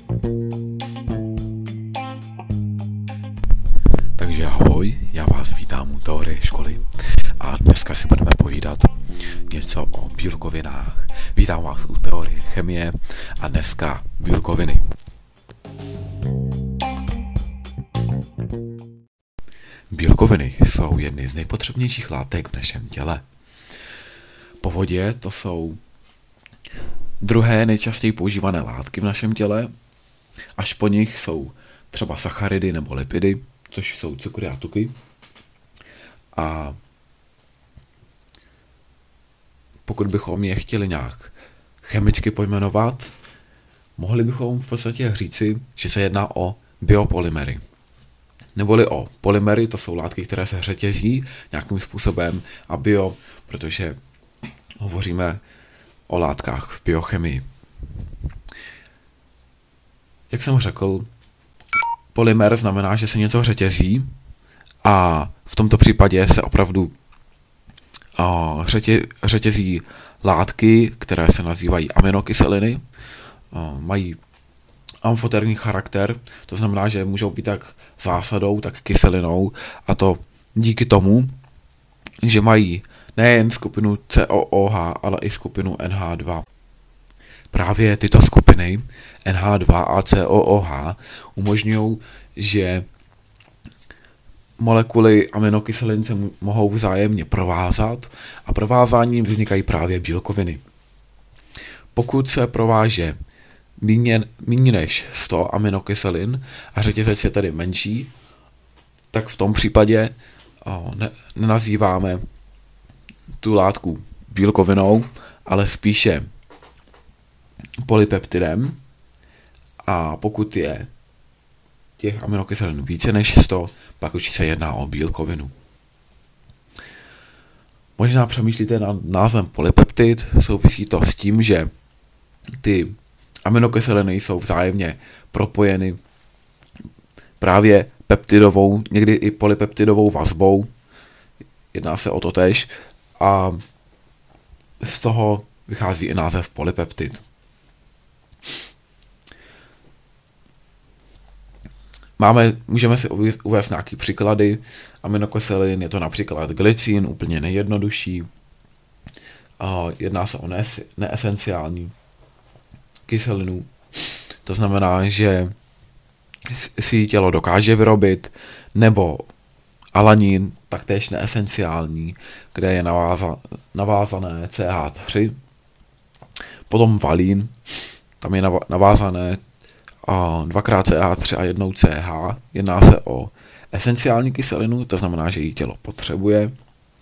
Takže ahoj, já vás vítám u teorie školy a dneska si budeme povídat něco o bílkovinách. Vítám vás u teorie chemie a dneska bílkoviny. Bílkoviny jsou jedny z nejpotřebnějších látek v našem těle. Po vodě to jsou druhé nejčastěji používané látky v našem těle, až po nich jsou třeba sacharidy nebo lipidy, což jsou cukry a tuky. A pokud bychom je chtěli nějak chemicky pojmenovat, mohli bychom v podstatě říci, že se jedná o biopolymery. Neboli o polymery, to jsou látky, které se řetězí nějakým způsobem, a bio, protože hovoříme o látkách v biochemii. Jak jsem řekl, polymer znamená, že se něco řetězí, a v tomto případě se opravdu řetězí látky, které se nazývají aminokyseliny, mají amfoterní charakter, to znamená, že můžou být tak zásadou, tak kyselinou, a to díky tomu, že mají nejen skupinu COOH, ale i skupinu NH2. Právě tyto skupiny NH2 a COOH umožňují, že molekuly aminokyselin se mohou vzájemně provázat a provázáním vznikají právě bílkoviny. Pokud se prováže méně než 100 aminokyselin a řetězec je tedy menší, tak v tom případě nenazýváme tu látku bílkovinou, ale spíše polypeptidem, a pokud je těch aminokyselin více než 100, pak už se jedná o bílkovinu. Možná přemýšlíte nad názvem polypeptid, souvisí to s tím, že ty aminokyseliny jsou vzájemně propojeny právě peptidovou, někdy i polypeptidovou vazbou, jedná se o to též, a z toho vychází i název polypeptid. Můžeme si uvést nějaké příklady aminokyselin, je to například glycin, úplně nejjednodušší. Jedná se o neesenciální kyselinu, to znamená, že si ji tělo dokáže vyrobit, nebo alanin, taktéž neesenciální, kde je navázané CH3, potom valín, tam je navázané 2x CH3 a 1 CH, jedná se o esenciální kyselinu, to znamená, že ji tělo potřebuje.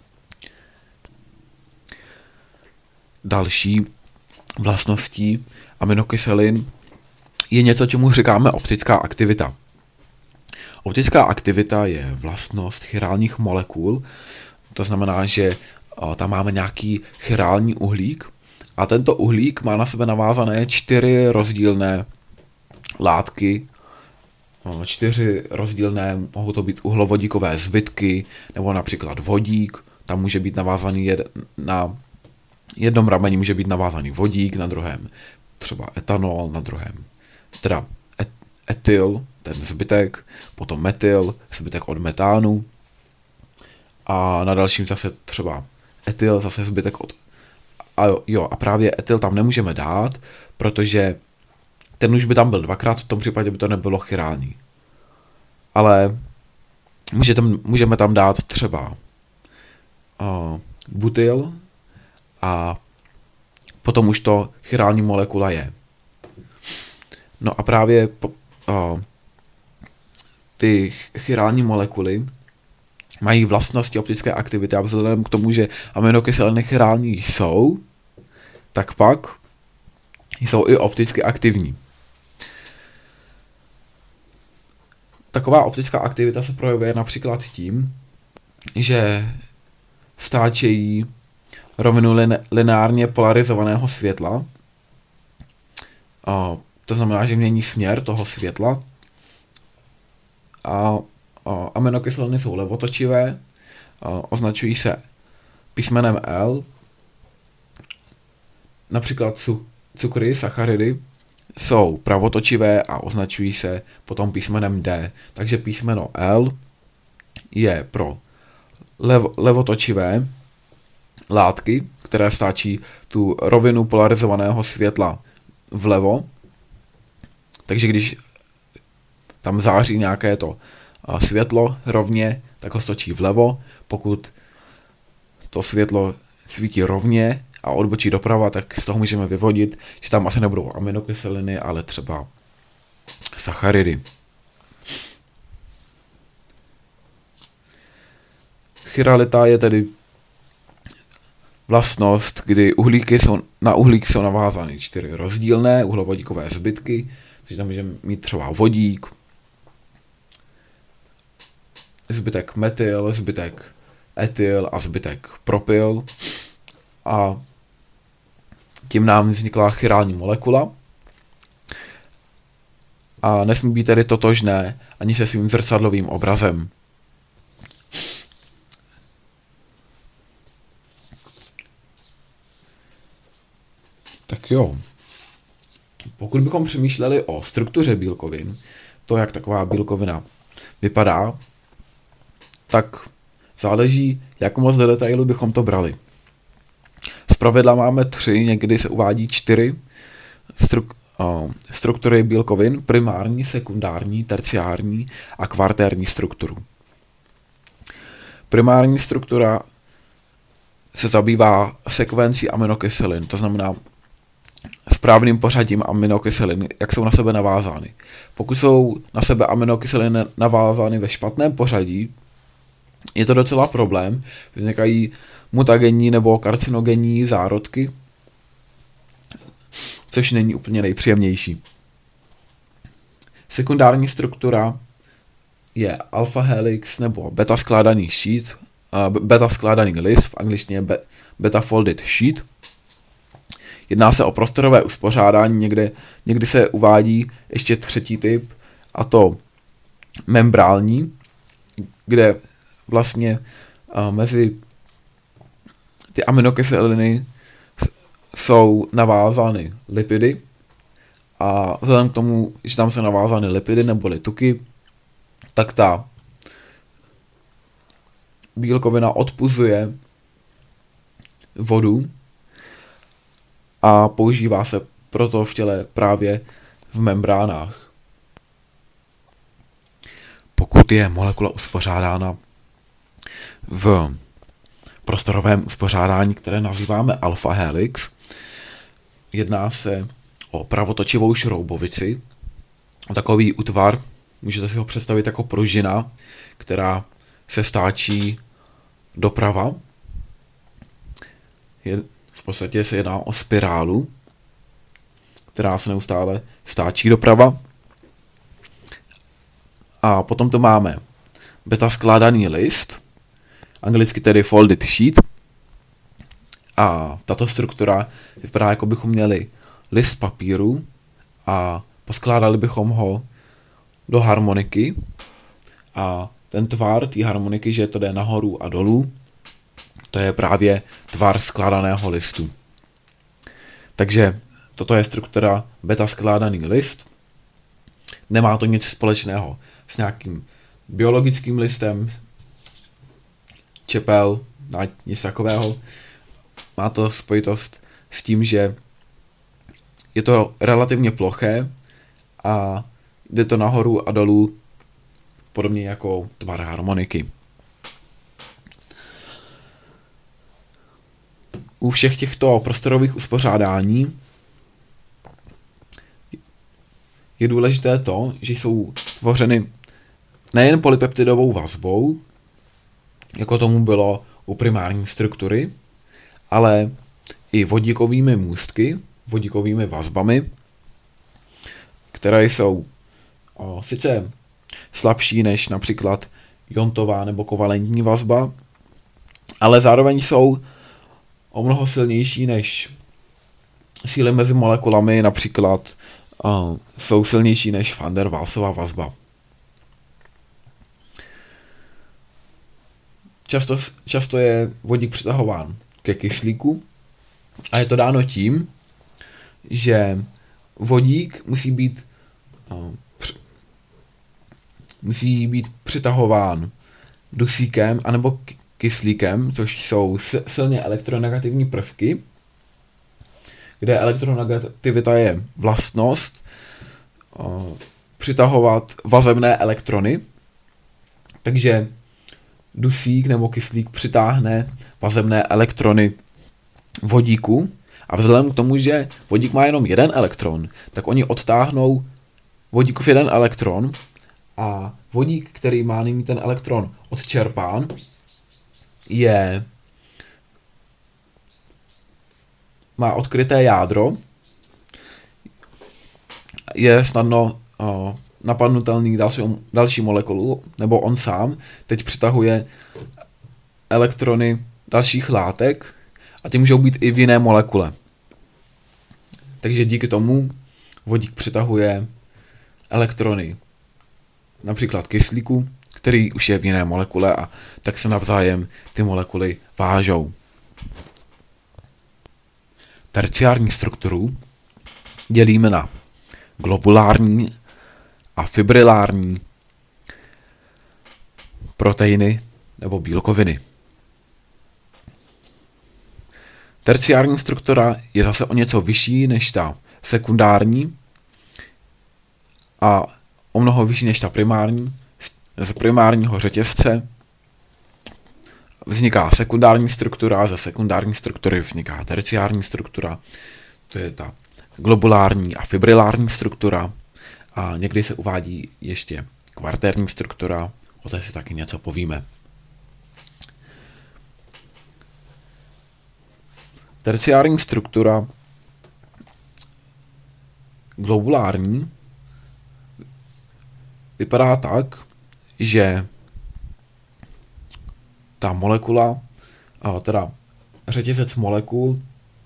Další vlastností aminokyselin je něco, čemu říkáme optická aktivita. Optická aktivita je vlastnost chirálních molekul, to znamená, že tam máme nějaký chirální uhlík a tento uhlík má na sebe navázané 4 rozdílné látky, 4 rozdílné, mohou to být uhlovodíkové zbytky, nebo například vodík, tam může být navázaný na jednom rameni může být navázaný vodík, na druhém třeba etanol, na druhém teda etyl, ten zbytek, potom metyl, zbytek od metánu, a na dalším zase třeba etyl, zase zbytek od... A právě etyl tam nemůžeme dát, protože ten už by tam byl dvakrát, v tom případě by to nebylo chirální. Ale můžeme tam dát třeba butyl, a potom už to chirální molekula je. No a právě ty chirální molekuly mají vlastnosti optické aktivity, a vzhledem k tomu, že aminokyseliny chirální jsou, tak pak jsou i opticky aktivní. Taková optická aktivita se projevuje například tím, že stáčejí rovinu lineárně polarizovaného světla. To znamená, že mění směr toho světla. A aminokyseliny jsou levotočivé, označují se písmenem L. Například cukry, sacharidy jsou pravotočivé a označují se potom písmenem D. Takže písmeno L je pro levotočivé látky, které stáčí tu rovinu polarizovaného světla vlevo. Takže když tam září nějaké to světlo rovně, tak ho stočí vlevo. Pokud to světlo svítí rovně a odbočí doprava, tak z toho můžeme vyvodit, že tam asi nebudou aminokyseliny, ale třeba sacharidy. Chiralita je tedy vlastnost, kdy na uhlík jsou navázány 4 rozdílné uhlovodíkové zbytky, takže tam můžeme mít třeba vodík, zbytek metyl, zbytek etyl a zbytek propyl. A tím nám vznikla chirální molekula. A nesmí být tedy totožné ani se svým zrcadlovým obrazem. Tak jo. Pokud bychom přemýšleli o struktuře bílkovin, to, jak taková bílkovina vypadá, tak záleží, jak moc do detailu bychom to brali. Zpravidla máme 3, někdy se uvádí 4 struktury bílkovin, primární, sekundární, terciární a kvartérní strukturu. Primární struktura se zabývá sekvencí aminokyselin, to znamená správným pořadím aminokyselin, jak jsou na sebe navázány. Pokud jsou na sebe aminokyseliny navázány ve špatném pořadí, je to docela problém, vznikají mutagenní nebo karcinogenní zárodky, což není úplně nejpříjemnější. Sekundární struktura je alfa helix nebo beta skládaný list, v angličtině beta folded sheet. Jedná se o prostorové uspořádání, někdy se uvádí ještě 3. typ, a to membrální, kde vlastně mezi ty aminokyseliny jsou navázány lipidy a vzhledem k tomu, že tam jsou navázány lipidy nebo tuky, tak ta bílkovina odpuzuje vodu a používá se proto v těle právě v membránách. Pokud je molekula uspořádána v prostorovém uspořádání, které nazýváme alfa helix, jedná se o pravotočivou šroubovici. Takový útvar, můžete si ho představit jako pružina, která se stáčí doprava. V podstatě se jedná o spirálu, která se neustále stáčí doprava. A potom tu máme beta skládaný list, anglicky tedy folded sheet. A tato struktura vypadá, jako bychom měli list papíru a poskládali bychom ho do harmoniky. A ten tvar té harmoniky, že to jde nahoru a dolů, to je právě tvar skládaného listu. Takže toto je struktura beta skládaný list. Nemá to nic společného s nějakým biologickým listem, čepel, nic takového. Má to spojitost s tím, že je to relativně ploché a jde to nahoru a dolů podobně jako tvar harmoniky. U všech těchto prostorových uspořádání je důležité to, že jsou tvořeny nejen polypeptidovou vazbou, jako tomu bylo u primární struktury, ale i vodíkovými můstky, vodíkovými vazbami, které jsou sice slabší než například iontová nebo kovalentní vazba, ale zároveň jsou o mnoho silnější než síly mezi molekulami, například jsou silnější než van der Waalsova vazba. Často je vodík přitahován ke kyslíku a je to dáno tím, že vodík musí být přitahován dusíkem anebo kyslíkem, což jsou silně elektronegativní prvky, kde elektronegativita je vlastnost přitahovat vazebné elektrony, takže dusík nebo kyslík přitáhne vazebné elektrony vodíku a vzhledem k tomu, že vodík má jenom jeden elektron, tak oni odtáhnou vodíkův jeden elektron a vodík, který má nyní ten elektron odčerpán, má odkryté jádro, je snadno napadnutelný další molekulu, nebo on sám teď přitahuje elektrony dalších látek a ty můžou být i v jiné molekule. Takže díky tomu vodík přitahuje elektrony například kyslíku, který už je v jiné molekule a tak se navzájem ty molekuly vážou. Terciární strukturu dělíme na globulární a fibrilární proteiny nebo bílkoviny. Terciární struktura je zase o něco vyšší než ta sekundární a o mnoho vyšší než ta primární. Z primárního řetězce vzniká sekundární struktura, ze sekundární struktury vzniká terciární struktura, to je ta globulární a fibrilární struktura a někdy se uvádí ještě kvartérní struktura, o té si taky něco povíme. Terciární struktura globulární vypadá tak, že ta molekula, teda řetězec molekul,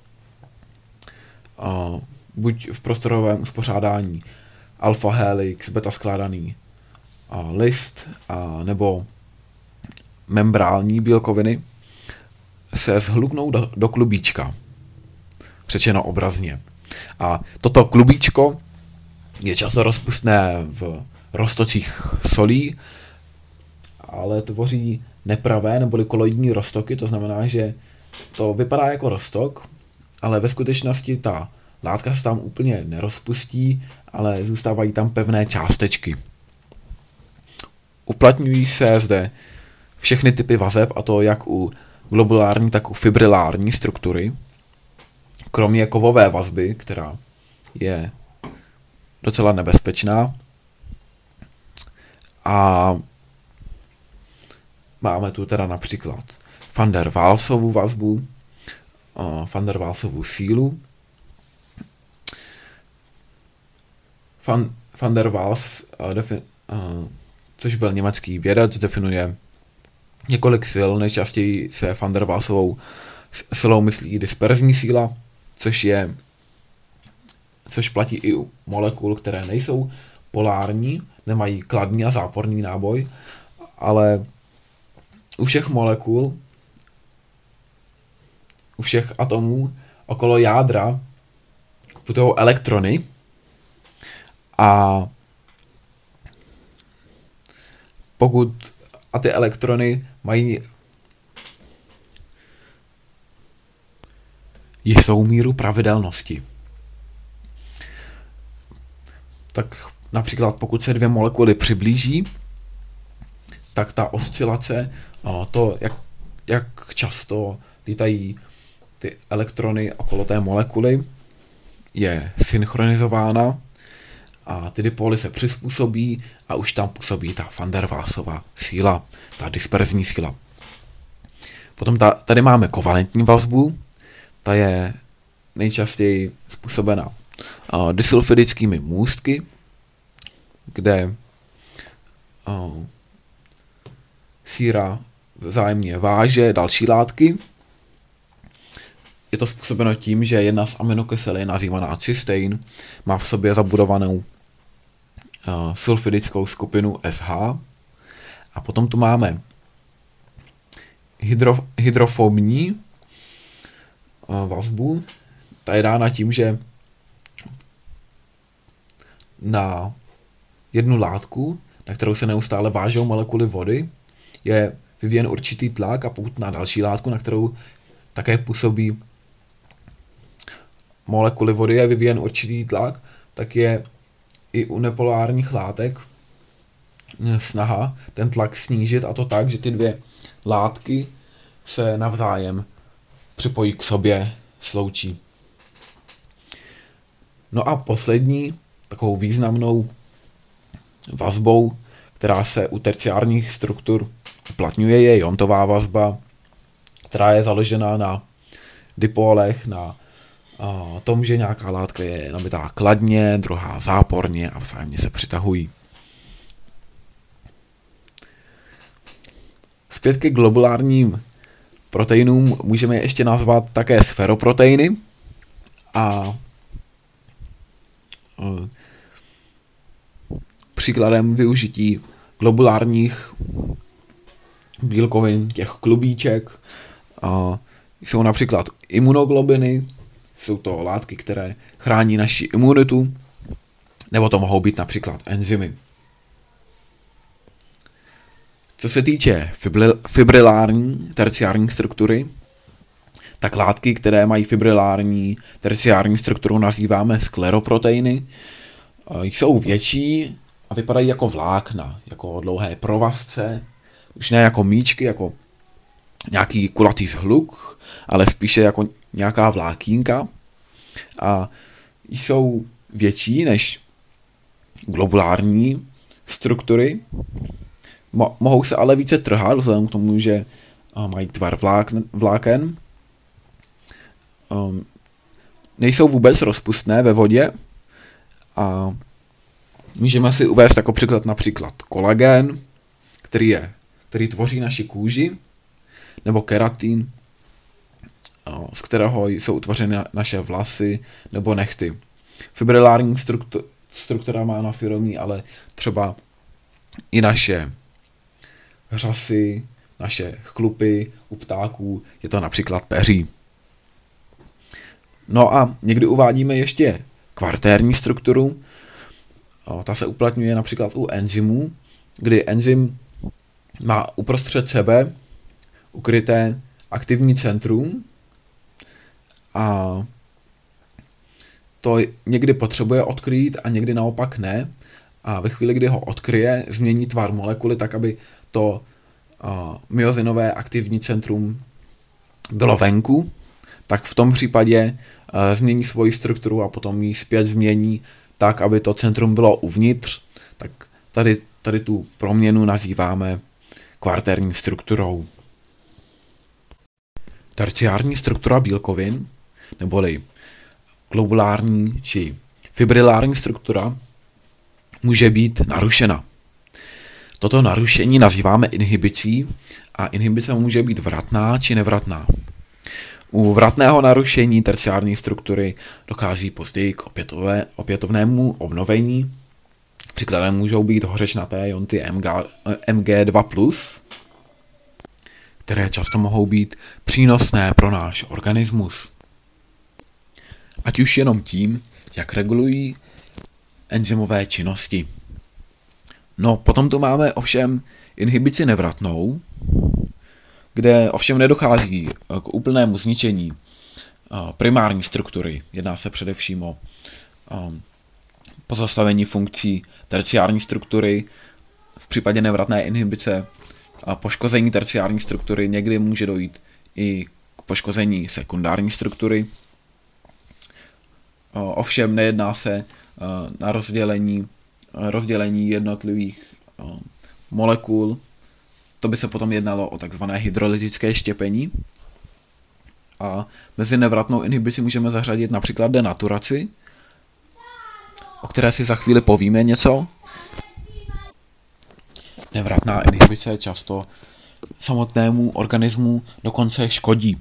buď v prostorovém uspořádání alfa helix, beta skládaný list, nebo membrální bílkoviny, se zhluknou do klubíčka. Řečeno obrazně. A toto klubíčko je často rozpustné v roztocích solí, ale tvoří nepravé neboli koloidní roztoky, to znamená, že to vypadá jako roztok, ale ve skutečnosti ta látka se tam úplně nerozpustí, ale zůstávají tam pevné částečky. Uplatňují se zde všechny typy vazeb, a to jak u globulární, tak u fibrilární struktury, kromě kovové vazby, která je docela nebezpečná. A máme tu teda například van der Waalsovu vazbu, van der Waalsovu sílu. Van der Waals, což byl německý vědec, definuje několik sil. Nejčastěji se van der Waalsovou silou myslí disperzní síla, což platí i u molekul, které nejsou polární, nemají kladný a záporný náboj, ale u všech molekul, u všech atomů okolo jádra putují elektrony a ty elektrony mají jistou míru pravidelnosti. Tak například pokud se dvě molekuly přiblíží, tak ta oscilace, to, jak často lítají ty elektrony okolo té molekuly, je synchronizována a ty dipoly se přizpůsobí a už tam působí ta van der Waalsova síla, ta disperzní síla. Potom tady máme kovalentní vazbu, ta je nejčastěji způsobena disulfidickými můstky, kde síra vzájemně váže další látky. Je to způsobeno tím, že jedna z aminokyselin, nazývaná cystein, má v sobě zabudovanou sulfidickou skupinu SH. A potom tu máme hydrofobní vazbu. Ta je dána tím, že na jednu látku, na kterou se neustále vážou molekuly vody, je vyvíjen určitý tlak, a pokud na další látku, na kterou také působí molekuly vody, je vyvíjen určitý tlak, tak je i u nepolárních látek snaha ten tlak snížit, a to tak, že ty dvě látky se navzájem připojí k sobě, sloučí. No a poslední takovou významnou vazbou, která se u terciárních struktur uplatňuje, je iontová vazba, která je založena na dipolech, na tom, že nějaká látka je nabitá kladně, druhá záporně a vzájemně se přitahují. Zpět ke globulárním proteinům můžeme ještě nazvat také sferoproteiny a příkladem využití globulárních bílkovin, těch klubíček, jsou například imunoglobiny, jsou to látky, které chrání naši imunitu, nebo to mohou být například enzymy. Co se týče fibrilární terciární struktury, tak látky, které mají fibrilární terciární strukturu, nazýváme skleroproteiny. Jsou větší a vypadají jako vlákna, jako dlouhé provazce, už ne jako míčky, jako nějaký kulatý zhluk, ale spíše jako nějaká vlákínka. A jsou větší než globulární struktury. Mohou se ale více trhat, vzhledem k tomu, že mají tvar vláken. Nejsou vůbec rozpustné ve vodě a můžeme si uvést jako příklad například kolagen, který tvoří naši kůži, nebo keratin, z kterého jsou utvořeny naše vlasy nebo nehty. Fibrilární struktura má na svědomí ale třeba i naše řasy, naše chlupy u ptáků, je to například peří. No a někdy uvádíme ještě kvartérní strukturu. Ta se uplatňuje například u enzymů, kdy enzym má uprostřed sebe ukryté aktivní centrum a to někdy potřebuje odkrýt a někdy naopak ne. A ve chvíli, kdy ho odkryje, změní tvar molekuly tak, aby to myozinové aktivní centrum bylo venku, tak v tom případě změní svoji strukturu a potom ji zpět změní tak, aby to centrum bylo uvnitř. Tak tady tu proměnu nazýváme kvartérní strukturou. Terciární struktura bílkovin, neboli globulární či fibrilární struktura, může být narušena. Toto narušení nazýváme inhibicí a inhibice může být vratná či nevratná. U vratného narušení terciární struktury dochází později k opětovnému obnovení. Příkladem můžou být hořečnaté ionty Mg2+, které často mohou být přínosné pro náš organismus. Ať už jenom tím, jak regulují enzymové činnosti. No, potom tu máme ovšem inhibici nevratnou, kde ovšem nedochází k úplnému zničení primární struktury. Jedná se především o pozastavení funkcí terciární struktury. V případě nevratné inhibice a poškození terciární struktury někdy může dojít i k poškození sekundární struktury. Ovšem nejedná se na rozdělení jednotlivých molekul. To by se potom jednalo o takzvané hydrolytické štěpení. A mezi nevratnou inhibici můžeme zařadit například denaturaci, o které si za chvíli povíme něco. Nevratná inhibice často samotnému organismu dokonce škodí.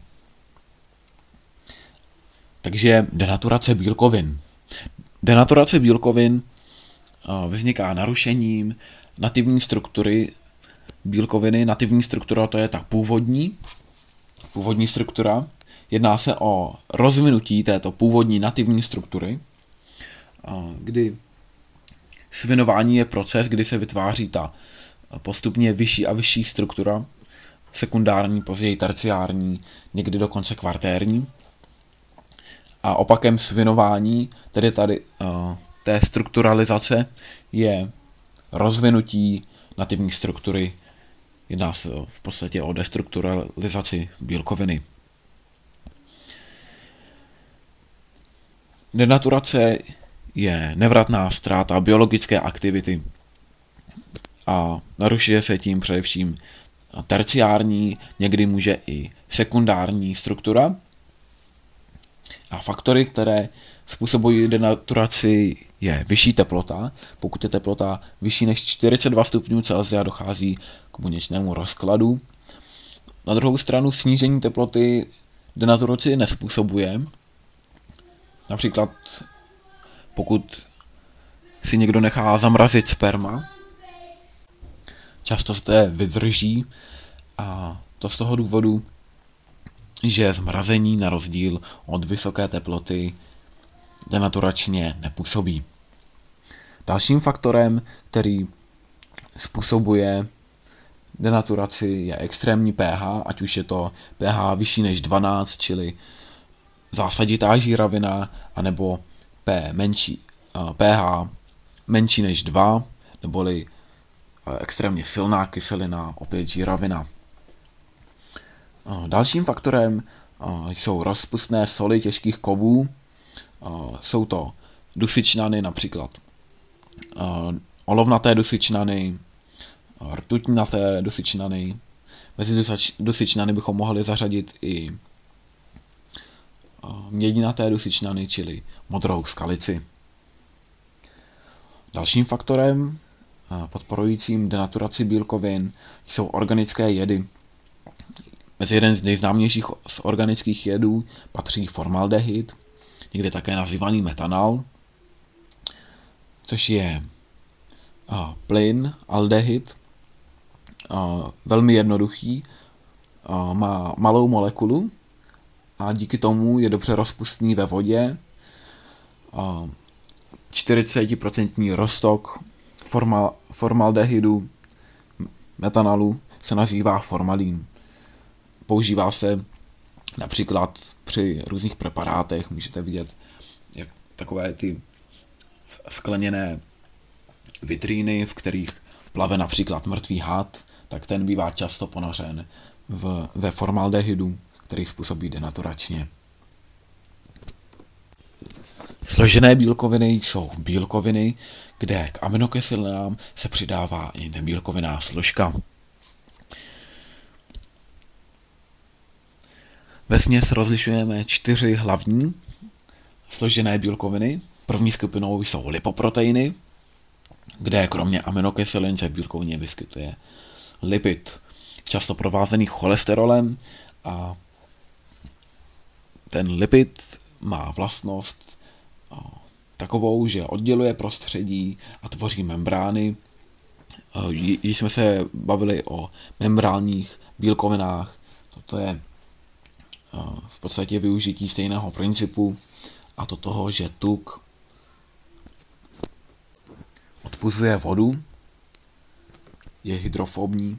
Takže denaturace bílkovin. Denaturace bílkovin vzniká narušením nativní struktury bílkoviny. Nativní struktura, to je ta původní struktura. Jedná se o rozvinutí této původní nativní struktury, kdy Svinování je proces, kdy se vytváří ta postupně vyšší a vyšší struktura, sekundární, později terciární, někdy dokonce kvartérní. A opakem svinování, tedy tady té strukturalizace, je rozvinutí nativní struktury. Jedná se v podstatě o destrukturalizaci bílkoviny. Denaturace je nevratná ztráta biologické aktivity a narušuje se tím především terciární, někdy může i sekundární struktura. A faktory, které způsobují denaturaci, je vyšší teplota. Pokud je teplota vyšší než 42 stupňů Celsia, dochází k buněčnému rozkladu. Na druhou stranu snížení teploty denaturaci nezpůsobuje. Například pokud si někdo nechá zamrazit sperma, často se vydrží, a to z toho důvodu, že zmrazení na rozdíl od vysoké teploty denaturačně nepůsobí. Dalším faktorem, který způsobuje denaturaci, je extrémní pH, ať už je to pH vyšší než 12, čili zásaditá žíravina, anebo pH menší než 2, neboli extrémně silná kyselina, opět žíravina. Dalším faktorem jsou rozpustné soli těžkých kovů. Jsou to dusičnany, například olovnaté dusičnany, rtuťnaté dusičnany. Mezi dusičnany bychom mohli zařadit i mědinaté dusičnany, čili modrou skalici. Dalším faktorem podporujícím denaturaci bílkovin jsou organické jedy. Mezi jeden z nejznámějších z organických jedů patří formaldehyd, někdy také nazývaný metanal, což je plyn, aldehyd, velmi jednoduchý, má malou molekulu a díky tomu je dobře rozpustný ve vodě. 40% roztok formaldehydu, metanalu se nazývá formalín. Používá se například při různých preparátech, můžete vidět, jak takové ty skleněné vitríny, v kterých plave například mrtvý had, tak ten bývá často ponořen ve formaldehydu, který způsobí denaturačně. Složené bílkoviny jsou bílkoviny, kde k aminokyselinám se přidává i nebílkovinná složka. Vesměs rozlišujeme 4 hlavní složené bílkoviny. První skupinou jsou lipoproteiny, kde kromě aminokyselin se v bílkovině vyskytuje lipid, často provázený cholesterolem, a ten lipid má vlastnost takovou, že odděluje prostředí a tvoří membrány. Když jsme se bavili o membránních bílkovinách, toto je v podstatě využití stejného principu, a to toho, že tuk odpuzuje vodu, je hydrofobní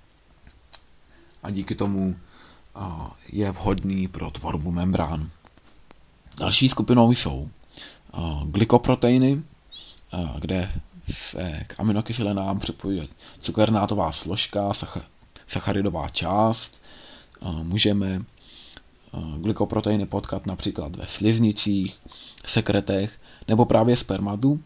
a díky tomu je vhodný pro tvorbu membrán. Další skupinou jsou glykoproteiny, kde se k aminokyselinám připojuje cukernátová složka, sacharidová část. Můžeme glykoproteiny potkat například ve sliznicích, sekretech nebo právě spermatu.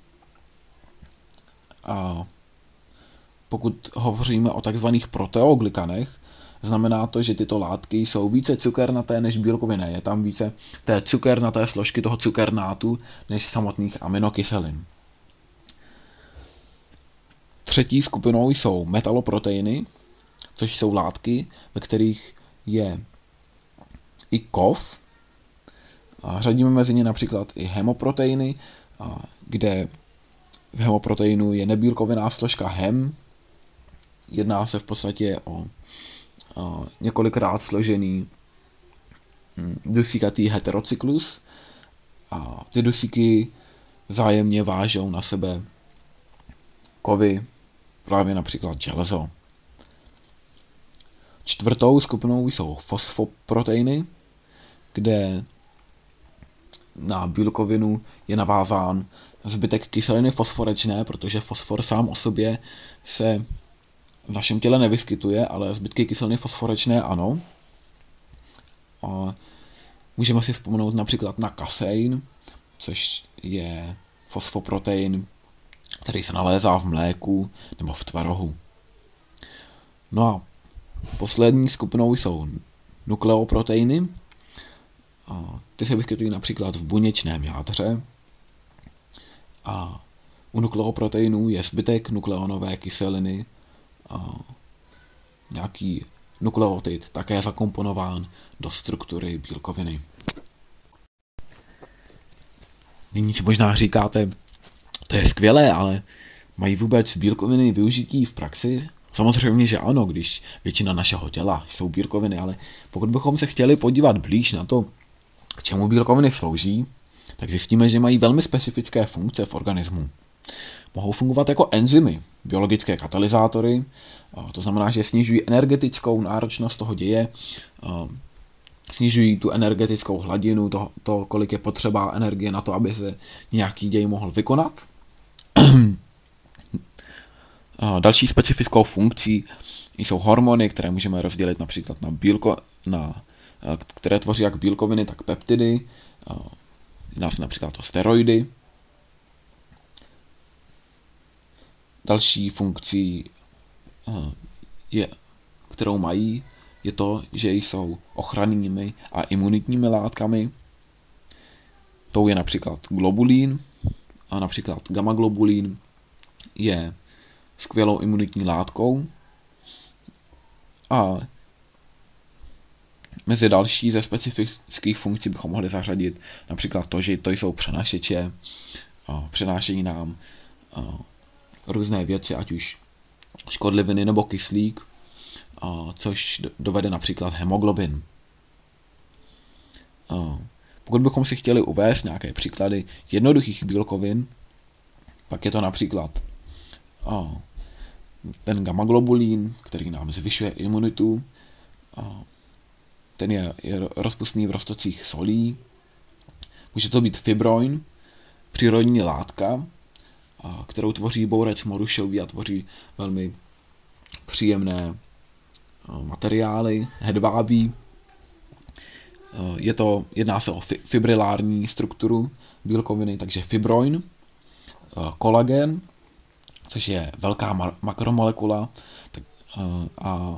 A pokud hovoříme o takzvaných proteoglykanech, znamená to, že tyto látky jsou více cukernaté než bílkoviny. Je tam více té cukernaté složky toho cukernátu než samotných aminokyselin. Třetí skupinou jsou metaloproteiny, což jsou látky, ve kterých je i kov. A řadíme mezi ně například i hemoproteiny, kde v hemoproteinu je nebílkovinná složka hem. Jedná se v podstatě o několikrát složený dusíkatý heterocyklus a ty dusíky vzájemně vážou na sebe kovy, právě například železo. Čtvrtou skupinou jsou fosfoproteiny, kde na bílkovinu je navázán zbytek kyseliny fosforečné, protože fosfor sám o sobě se v našem těle nevyskytuje, ale zbytky kyseliny fosforečné ano. A můžeme si vzpomenout například na kasein, což je fosfoprotein, který se nalézá v mléku nebo v tvarohu. No a poslední skupinou jsou nukleoproteiny. Ty se vyskytují například v buněčném jádře. A u nukleoproteinů je zbytek nukleonové kyseliny, nějaký nukleotid také zakomponován do struktury bílkoviny. Nyní si možná říkáte, to je skvělé, ale mají vůbec bílkoviny využití v praxi? Samozřejmě, že ano, když většina našeho těla jsou bílkoviny, ale pokud bychom se chtěli podívat blíž na to, k čemu bílkoviny slouží, tak zjistíme, že mají velmi specifické funkce v organismu. Mohou fungovat jako enzymy, biologické katalyzátory, to znamená, že snižují energetickou náročnost toho děje, snižují tu energetickou hladinu, to, kolik je potřeba energie na to, aby se nějaký děj mohl vykonat. Další specifickou funkcí jsou hormony, které můžeme rozdělit například které tvoří jak bílkoviny, tak peptidy. Jedná se například o steroidy. Další funkcí, kterou mají, je to, že jsou ochrannými a imunitními látkami. Tou je například globulín, a například gamma-globulín je skvělou imunitní látkou. A mezi další ze specifických funkcí bychom mohli zařadit například to, že to jsou přenášeče, přenášejí nám různé věci, ať už škodliviny nebo kyslík, což dovede například hemoglobin. Pokud bychom si chtěli uvést nějaké příklady jednoduchých bílkovin, pak je to například ten gamma-globulín, který nám zvyšuje imunitu, ten je rozpustný v roztocích solí. Může to být fibroin, přírodní látka, kterou tvoří bourec morušový a tvoří velmi příjemné materiály, hedvábí. Jedná se o fibrilární strukturu bílkoviny, takže fibroin, kolagen, což je velká makromolekula, a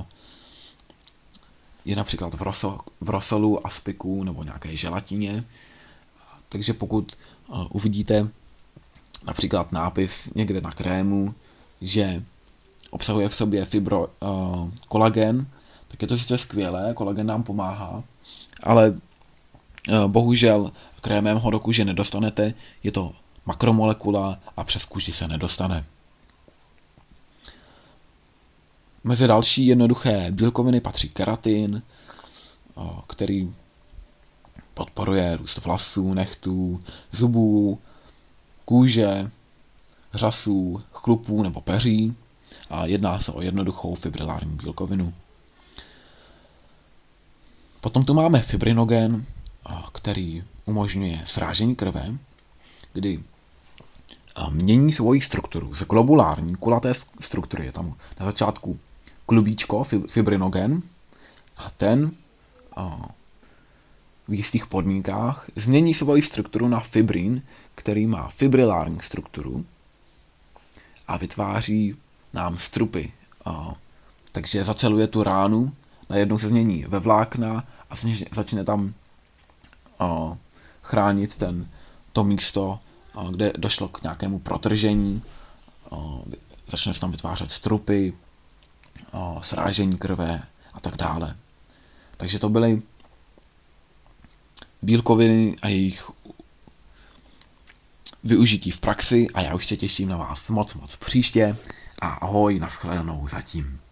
je například v rosolu, aspiku nebo nějaké želatině. Takže pokud uvidíte například nápis někde na krému, že obsahuje v sobě kolagen, tak je to sice skvělé, kolagen nám pomáhá, ale bohužel krémem ho do kůže nedostanete, je to makromolekula a přes kůži se nedostane. Mezi další jednoduché bílkoviny patří keratin, který podporuje růst vlasů, nechtů, zubů, kůže, řasů, chlupů nebo peří a jedná se o jednoduchou fibrilární bílkovinu. Potom tu máme fibrinogen, který umožňuje srážení krve, kdy mění svoji strukturu z globulární kulaté struktury. Je tam na začátku klubíčko, fibrinogen, a ten v jistých podmínkách změní svoji strukturu na fibrin, který má fibrilární strukturu a vytváří nám strupy. Takže zaceluje tu ránu, najednou se změní ve vlákna a začne tam chránit to místo, kde došlo k nějakému protržení, začne se tam vytvářet strupy, srážení krve a tak dále. Takže to byly bílkoviny a jejich využití v praxi a já už se těším na vás moc příště a ahoj, nashledanou zatím.